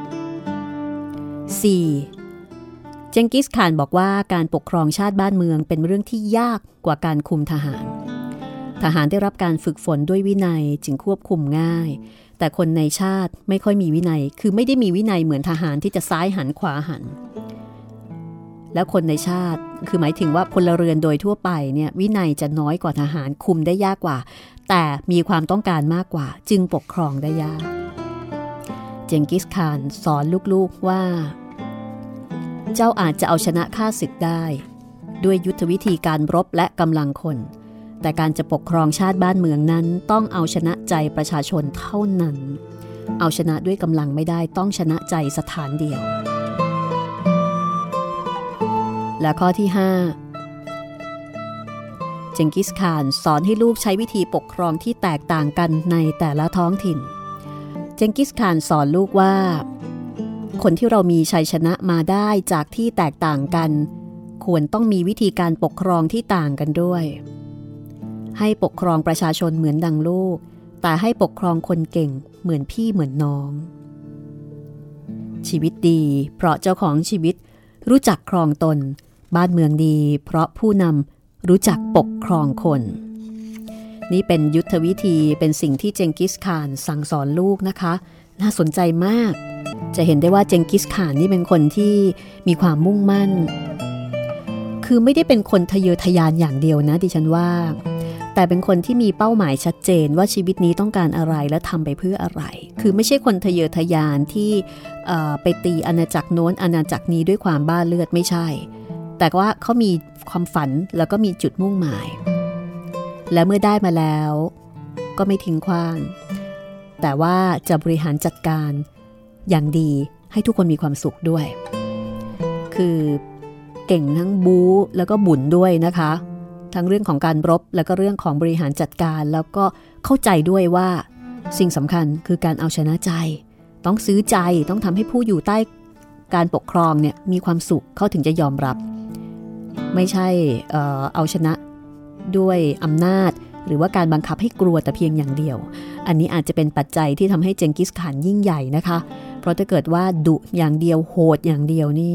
สี่. เจงกิสข่านบอกว่าการปกครองชาติบ้านเมืองเป็นเรื่องที่ยากกว่าการคุมทหารทหารได้รับการฝึกฝนด้วยวินัยจึงควบคุมง่ายแต่คนในชาติไม่ค่อยมีวินัยคือไม่ได้มีวินัยเหมือนทหารที่จะซ้ายหันขวาหันแล้วคนในชาติคือหมายถึงว่าพลเรือนโดยทั่วไปเนี่ยวินัยจะน้อยกว่าทหารคุมได้ยากกว่าแต่มีความต้องการมากกว่าจึงปกครองได้ยากเจงกิสข่านสอนลูกๆว่าเจ้าอาจจะเอาชนะข้าศึกได้ด้วยยุทธวิธีการรบและกำลังคนแต่การจะปกครองชาติบ้านเมืองนั้นต้องเอาชนะใจประชาชนเท่านั้นเอาชนะด้วยกำลังไม่ได้ต้องชนะใจสถานเดียวและข้อที่ห้าเจงกิสข่านสอนให้ลูกใช้วิธีปกครองที่แตกต่างกันในแต่ละท้องถิ่นเจงกิสข่านสอนลูกว่าคนที่เรามีชัยชนะมาได้จากที่แตกต่างกันควรต้องมีวิธีการปกครองที่ต่างกันด้วยให้ปกครองประชาชนเหมือนดังลูกแต่ให้ปกครองคนเก่งเหมือนพี่เหมือนน้องชีวิตดีเพราะเจ้าของชีวิตรู้จักครองตนบ้านเมืองดีเพราะผู้นำรู้จักปกครองคนนี่เป็นยุทธวิธีเป็นสิ่งที่เจงกิสข่านสั่งสอนลูกนะคะน่าสนใจมากจะเห็นได้ว่าเจงกิสข่านนี่เป็นคนที่มีความมุ่งมั่นคือไม่ได้เป็นคนทะเยอทะยานอย่างเดียวนะดิฉันว่าแต่เป็นคนที่มีเป้าหมายชัดเจนว่าชีวิตนี้ต้องการอะไรและทำไปเพื่ออะไรคือไม่ใช่คนทะเยอทะยานที่ไปตีอาณาจักรโน้นอาณาจักรนี้ด้วยความบ้าเลือดไม่ใช่แต่ว่าเขามีความฝันแล้วก็มีจุดมุ่งหมายและเมื่อได้มาแล้วก็ไม่ทิ้งขว้างแต่ว่าจะบริหารจัดการอย่างดีให้ทุกคนมีความสุขด้วยคือเก่งทั้งบู๊แล้วก็บุญด้วยนะคะทั้งเรื่องของการรบแล้วก็เรื่องของบริหารจัดการแล้วก็เข้าใจด้วยว่าสิ่งสำคัญคือการเอาชนะใจต้องซื้อใจต้องทำให้ผู้อยู่ใต้การปกครองเนี่ยมีความสุขเขาถึงจะยอมรับไม่ใช่เอ่อเอาชนะด้วยอำนาจหรือว่าการบังคับให้กลัวแต่เพียงอย่างเดียวอันนี้อาจจะเป็นปัจจัยที่ทำให้เจงกิสข่านยิ่งใหญ่นะคะเพราะถ้าเกิดว่าดุอย่างเดียวโหดอย่างเดียวนี่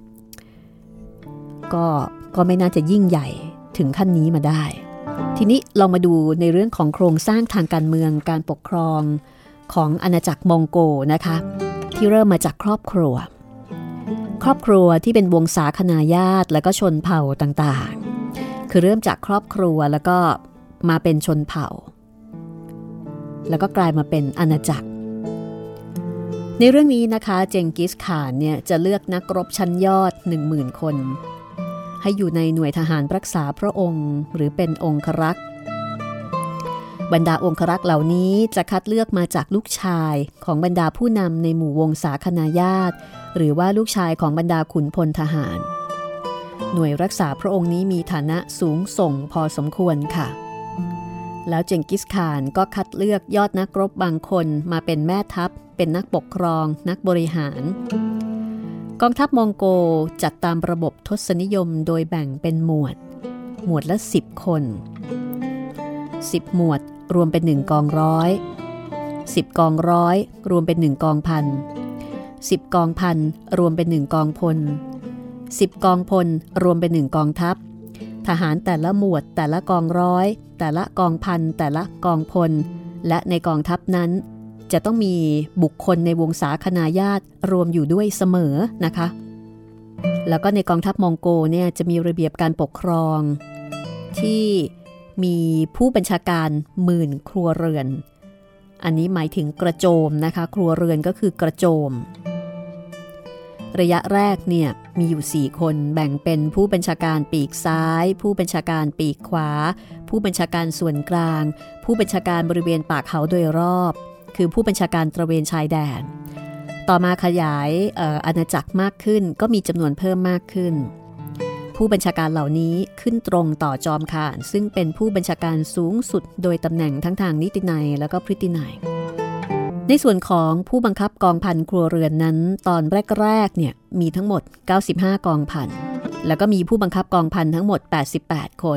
ก็ก็ไม่น่าจะยิ่งใหญ่ถึงขั้นนี้มาได้ทีนี้ลองมาดูในเรื่องของโครงสร้างทางการเมืองการปกครองของอาณาจักรมองโกนะคะที่เริ่มมาจากครอบครัวครอบครัวที่เป็นวงศาคณาญาติและก็ชนเผ่าต่างๆคือเริ่มจากครอบครัวแล้วก็มาเป็นชนเผ่าแล้วก็กลายมาเป็นอาณาจักรในเรื่องนี้นะคะเจงกิสข่านเนี่ยจะเลือกนักรบชั้นยอด หนึ่งหมื่น คนให้อยู่ในหน่วยทหารรักษาพระองค์หรือเป็นองครักษ์บรรดาองครักษ์เหล่านี้จะคัดเลือกมาจากลูกชายของบรรดาผู้นำในหมู่วงศาคณาญาติหรือว่าลูกชายของบรรดาขุนพลทหารหน่วยรักษาพระองค์นี้มีฐานะสูงส่งพอสมควรค่ะแล้วเจงกิสข่านก็คัดเลือกยอดนักรบบางคนมาเป็นแม่ทัพเป็นนักปกครองนักบริหารกองทัพมองโกจัดตามระบบทศนิยมโดยแบ่งเป็นหมวดหมวดละสิบคนสิบหมวดรวมเป็นหนึ่งกองร้อยสิบกองร้อยรวมเป็นหนึ่งกองพันสิบกองพันรวมเป็นหนึ่งกองพลสิบกองพลรวมเป็นหนึ่งกองทัพทหารแต่ละหมวดแต่ละกองร้อยแต่ละกองพันแต่ละกองพลและในกองทัพนั้นจะต้องมีบุคคลในวงศาคณาญาติรวมอยู่ด้วยเสมอนะคะแล้วก็ในกองทัพมองโกเนี่ยจะมีระเบียบการปกครองที่มีผู้บัญชาการหมื่นครัวเรือนอันนี้หมายถึงกระโจมนะคะครัวเรือนก็คือกระโจมระยะแรกเนี่ยมีอยู่สี่คนแบ่งเป็นผู้บัญชาการปีกซ้ายผู้บัญชาการปีกขวาผู้บัญชาการส่วนกลางผู้บัญชาการบริเวณปากเขาโดยรอบคือผู้บัญชาการตระเวนชายแดนต่อมาขยายอาณาจักรมากขึ้นก็มีจำนวนเพิ่มมากขึ้นผู้บัญชาการเหล่านี้ขึ้นตรงต่อจอมข่านซึ่งเป็นผู้บัญชาการสูงสุดโดยตำแหน่งทั้งทางนิตินัยและก็พฤตินัยในส่วนของผู้บังคับกองพันครัวเรือนนั้นตอนแรกๆเนี่ยมีทั้งหมดเก้าสิบห้ากองพันแล้วก็มีผู้บังคับกองพันทั้งหมดแปดสิบแปดคน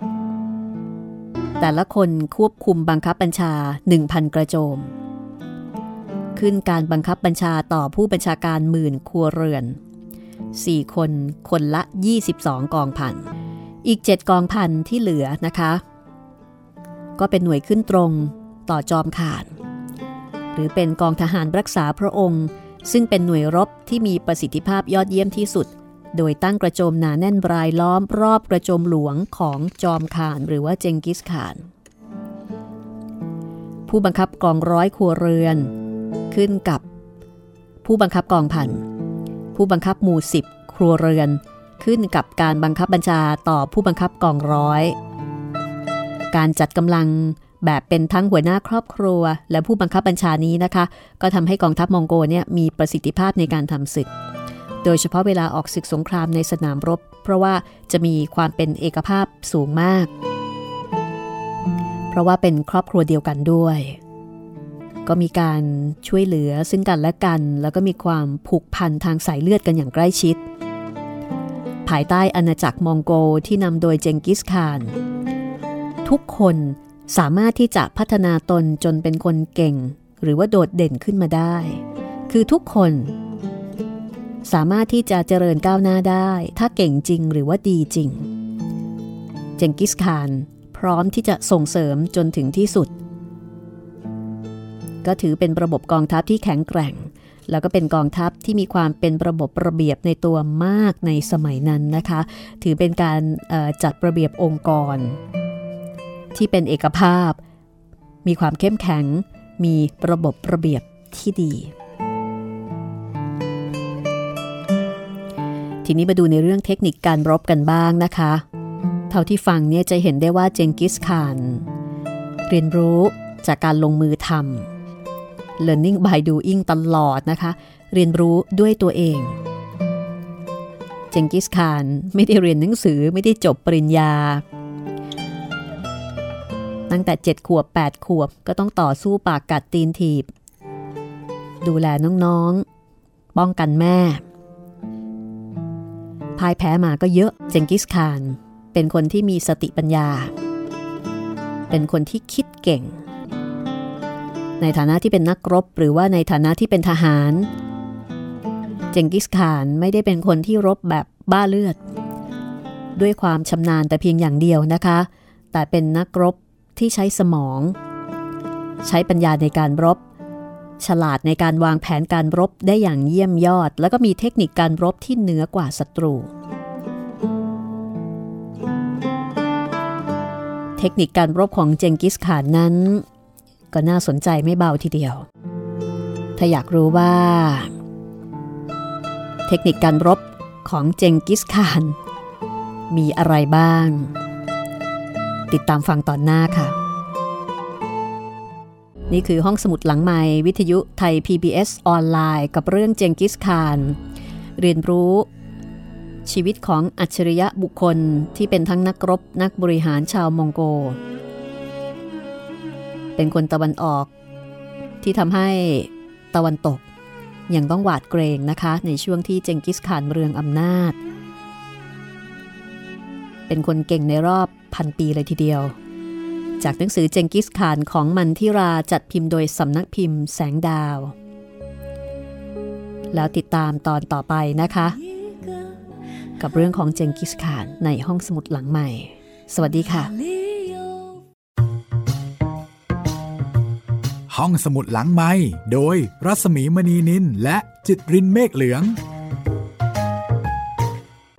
แต่ละคนควบคุมบังคับบัญชา หนึ่งพัน กระโจมขึ้นการบังคับบัญชาต่อผู้บัญชาการหมื่นครัวเรือนสี่คนคนละยี่สิบสองกองพันอีกเจ็ดกองพันที่เหลือนะคะก็เป็นหน่วยขึ้นตรงต่อจอมข่านหรือเป็นกองทหารรักษาพระองค์ซึ่งเป็นหน่วยรบที่มีประสิทธิภาพยอดเยี่ยมที่สุดโดยตั้งกระโจมหนาแน่นรายล้อมรอบกระโจมหลวงของจอมข่านหรือว่าเจงกิสข่านผู้บังคับกองร้อยครัวเรือนขึ้นกับผู้บังคับกองพันผู้บังคับหมู่สิบครัวเรือนขึ้นกับการบังคับบัญชาต่อผู้บังคับกองร้อยการจัดกำลังแบบเป็นทั้งหัวหน้าครอบครัวและผู้บังคับบัญชานี้นะคะก็ทำให้กองทัพมองโกเนี่ยมีประสิทธิภาพในการทำศึกโดยเฉพาะเวลาออกศึกสงครามในสนามรบเพราะว่าจะมีความเป็นเอกภาพสูงมากเพราะว่าเป็นครอบครัวเดียวกันด้วยก็มีการช่วยเหลือซึ่งกันและกันแล้วก็มีความผูกพันทางสายเลือดกันอย่างใกล้ชิดภายใต้อาณาจักรมองโกที่นำโดยเจงกิสข่านทุกคนสามารถที่จะพัฒนาตนจนเป็นคนเก่งหรือว่าโดดเด่นขึ้นมาได้คือทุกคนสามารถที่จะเจริญก้าวหน้าได้ถ้าเก่งจริงหรือว่าดีจริงเจงกิสข่านพร้อมที่จะส่งเสริมจนถึงที่สุดก็ถือเป็นระบบกองทัพที่แข็งแกร่งแล้วก็เป็นกองทัพที่มีความเป็นระบบระเบียบในตัวมากในสมัยนั้นนะคะถือเป็นการจัดระเบียบองค์กรที่เป็นเอกภาพมีความเข้มแข็งมีระบบระเบียบที่ดีทีนี้มาดูในเรื่องเทคนิคการรบกันบ้างนะคะเท่าที่ฟังเนี่ยจะเห็นได้ว่าเจงกิสข่านเรียนรู้จากการลงมือทำ learning by doing ตลอดนะคะเรียนรู้ด้วยตัวเองเจงกิสข่านไม่ได้เรียนหนังสือไม่ได้จบปริญญาตั้งแต่เจ็ดขวบแปดขวบก็ต้องต่อสู้ปากกัดตีนถีบดูแลน้องๆป้องกันแม่พ่ายแพ้มาก็เยอะเจงกิสข่านเป็นคนที่มีสติปัญญาเป็นคนที่คิดเก่งในฐานะที่เป็นนักรบหรือว่าในฐานะที่เป็นทหารเจงกิสข่านไม่ได้เป็นคนที่รบแบบบ้าเลือดด้วยความชำนาญแต่เพียงอย่างเดียวนะคะแต่เป็นนักรบที่ใช้สมองใช้ปัญญาในการรบฉลาดในการวางแผนการรบได้อย่างเยี่ยมยอดแล้วก็มีเทคนิคการรบที่เหนือกว่าศัตรูเทคนิคการรบของเจงกิสข่านนั้นก็น่าสนใจไม่เบาทีเดียวถ้าอยากรู้ว่าเทคนิคการรบของเจงกิสข่านมีอะไรบ้างติดตามฟังตอนหน้าค่ะนี่คือห้องสมุดหลังไมค์วิทยุไทย พี บี เอส ออนไลน์กับเรื่องเจงกิสข่านเรียนรู้ชีวิตของอัจฉริยะบุคคลที่เป็นทั้งนักรบนักบริหารชาวมองโกเป็นคนตะวันออกที่ทำให้ตะวันตกยังต้องหวาดเกรงนะคะในช่วงที่เจงกิสข่านเรืองอำนาจเป็นคนเก่งในรอบพันปีเลยทีเดียวจากหนังสือเจงกิสข่านของมันทิราจัดพิมพ์โดยสำนักพิมพ์แสงดาวแล้วติดตามตอนต่อไปนะคะกับเรื่องของเจงกิสข่านในห้องสมุดหลังใหม่สวัสดีค่ะห้องสมุดหลังไมค์โดยรัศมีมณีนินและจิตรินเมฆเหลือง